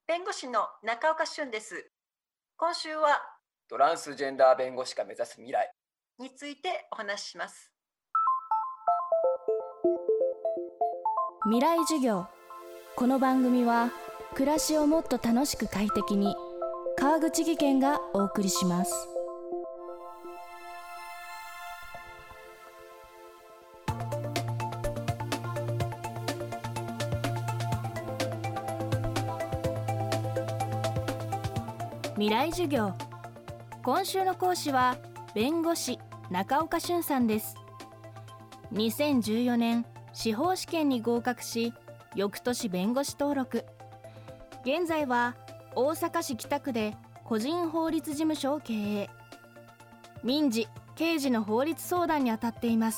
弁護士の中岡俊です。今週はトランスジェンダー弁護士が目指す未来についてお話しします。 未来授業。この番組は暮らしをもっと楽しく快適に、川口義賢がお送りします。未来授業。今週の講師は弁護士中岡俊さんです。2014年司法試験に合格し、翌年弁護士登録。現在は大阪市北区で個人法律事務所を経営。民事・刑事の法律相談に当たっています。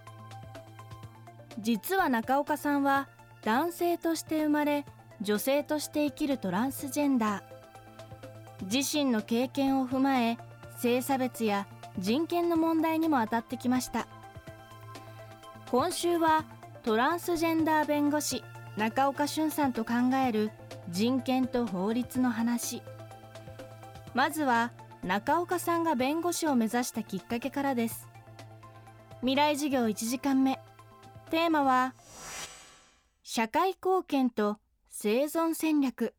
実は中岡さんは男性として生まれ、女性として生きるトランスジェンダー。自身の経験を踏まえ、性差別や人権の問題にも当たってきました。今週はトランスジェンダー弁護士中岡俊さんと考える人権と法律の話。まずは中岡さんが弁護士を目指したきっかけからです。未来授業1時間目。テーマは社会貢献と生存戦略。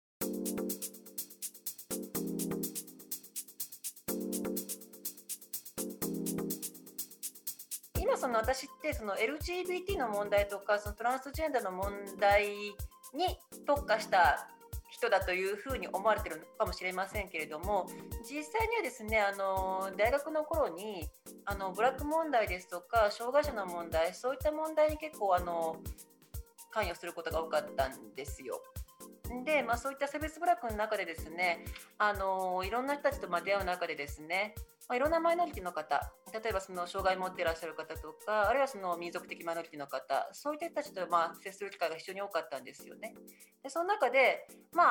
今私ってLGBT の問題とかトランスジェンダーの問題に特化した人だというふうに思われているのかもしれませんけれども、実際にはですね、大学の頃にブラック問題ですとか障害者の問題、そういった問題に結構関与することが多かったんですよ。で、そういった差別部落の中でですね、いろんな人たちと出会う中でですね、いろんなマイノリティの方、例えば障害を持っていらっしゃる方とか、あるいは民族的マイノリティの方、そういった人たちと接する機会が非常に多かったんですよね。でその中で、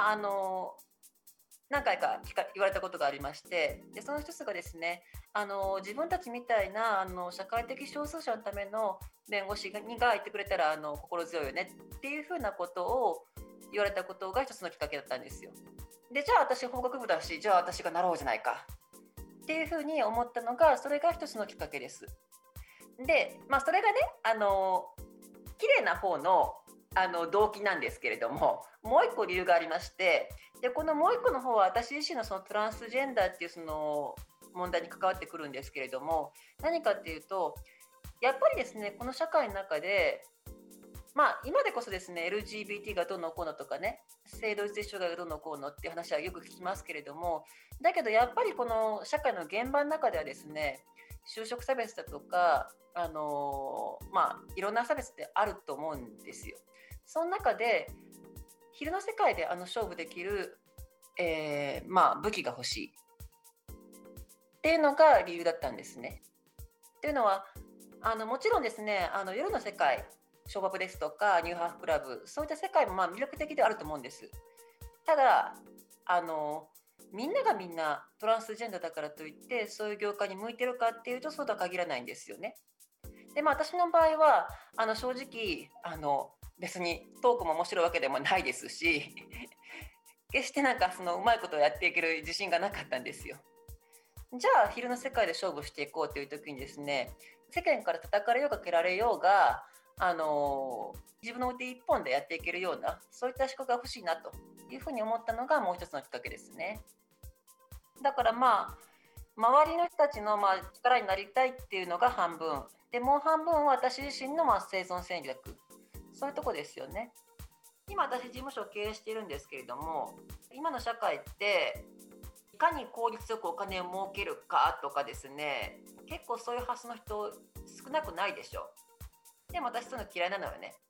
何回か言われたことがありまして、でその一つがですね、自分たちみたいな社会的少数者のための弁護士がいてくれたら心強いよねっていうふうなことを言われたことが一つのきっかけだったんですよ。でじゃあ私法学部だし、じゃあ私がなろうじゃないかっていうふうに思ったのが、それが一つのきっかけです。で、それがね、綺麗な方の動機なんですけれども、もう一個理由がありまして、でこのもう一個の方は私自身のトランスジェンダーっていう問題に関わってくるんですけれども、何かっていうと、やっぱりですね、この社会の中で今でこそですね、 LGBT がどうのこうのとかね、性同一性障害がどうのこうのっていう話はよく聞きますけれども、だけどやっぱりこの社会の現場の中ではですね、就職差別だとかいろんな差別ってあると思うんですよ。その中で昼の世界で勝負できる、武器が欲しいっていうのが理由だったんですね。というのはもちろんですね、夜の世界、ショーパブですとかニューハーフクラブ、そういった世界も魅力的ではあると思うんです。ただみんながみんなトランスジェンダーだからといってそういう業界に向いてるかっていうとそうとは限らないんですよね。で、私の場合は正直別にトークも面白いわけでもないですし決してうまいことをやっていける自信がなかったんですよ。じゃあ昼の世界で勝負していこうという時にですね、世間から叩かれようが蹴られようが自分の腕一本でやっていけるような、そういった思考が欲しいなというふうに思ったのがもう一つのきっかけですね。だから周りの人たちの力になりたいっていうのが半分で、もう半分は私自身の生存戦略、そういうとこですよね。今私事務所を経営しているんですけれども、今の社会っていかに効率よくお金を儲けるかとかですね、結構そういう発想の人少なくないでしょ。でも私そういうの嫌いなのよね。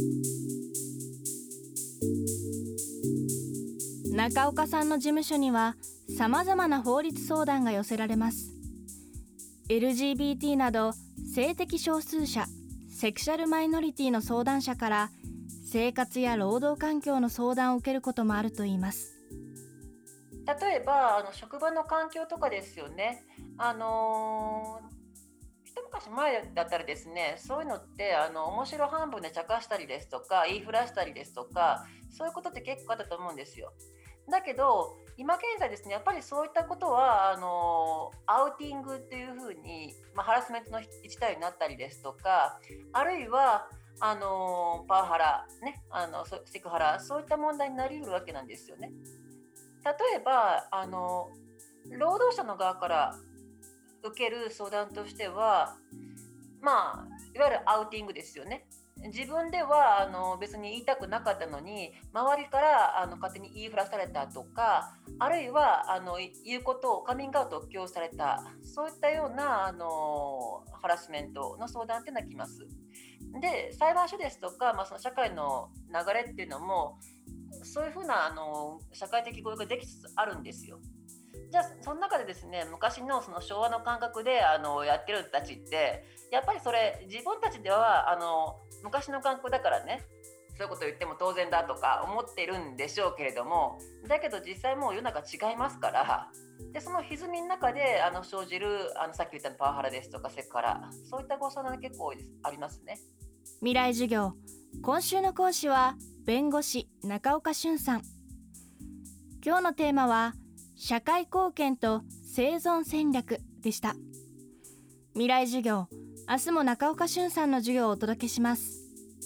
中岡さんの事務所にはさまざまな法律相談が寄せられます。 LGBT など性的少数者、セクシャルマイノリティの相談者から生活や労働環境の相談を受けることもあるといいます。 例えば職場の環境とかですよね。一昔前だったらですね、そういうのって面白半分で茶化したりですとか言いふらしたりですとか、そういうことって結構あったと思うんですよ。だけど今現在ですね、やっぱりそういったことはアウティングっていうふうに、ハラスメントの一態になったりですとか、あるいはパワハラ、ね、セクハラ、そういった問題になりうるわけなんですよね。例えば労働者の側から受ける相談としては、いわゆるアウティングですよね。自分では別に言いたくなかったのに周りから勝手に言いふらされたとか、あるいは言うことをカミングアウトを強要された、そういったようなハラスメントの相談っていうのが来ます。で、裁判所ですとか、その社会の流れっていうのもそういうふうな社会的合意ができつつあるんですよ。じゃあその中でですね、昔のその昭和の感覚でやってる人たちってやっぱりそれ自分たちでは昔の感覚だからね、そういうこと言っても当然だとか思ってるんでしょうけれども、だけど実際もう世の中違いますから、でその歪みの中で生じるさっき言ったパワハラですとかセクハラ、そういったご相談が結構ありますね。 未来授業、今週の講師は弁護士中岡俊さん。今日のテーマは社会貢献と生存戦略でした。未来授業、明日も中岡俊さんの授業をお届けします。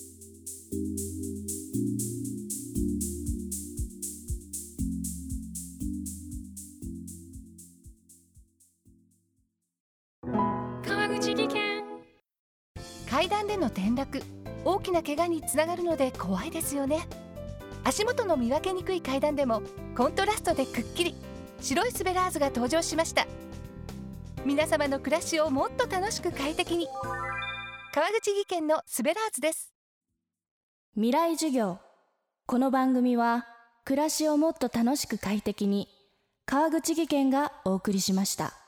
川口技研。階段での転落、大きな怪我につながるので怖いですよね。足元の見分けにくい階段でもコントラストでくっきり白いスベラーズが登場しました。皆様の暮らしをもっと楽しく快適に、川口技研のスベラーズです。 未来授業、この番組は暮らしをもっと楽しく快適に、川口技研がお送りしました。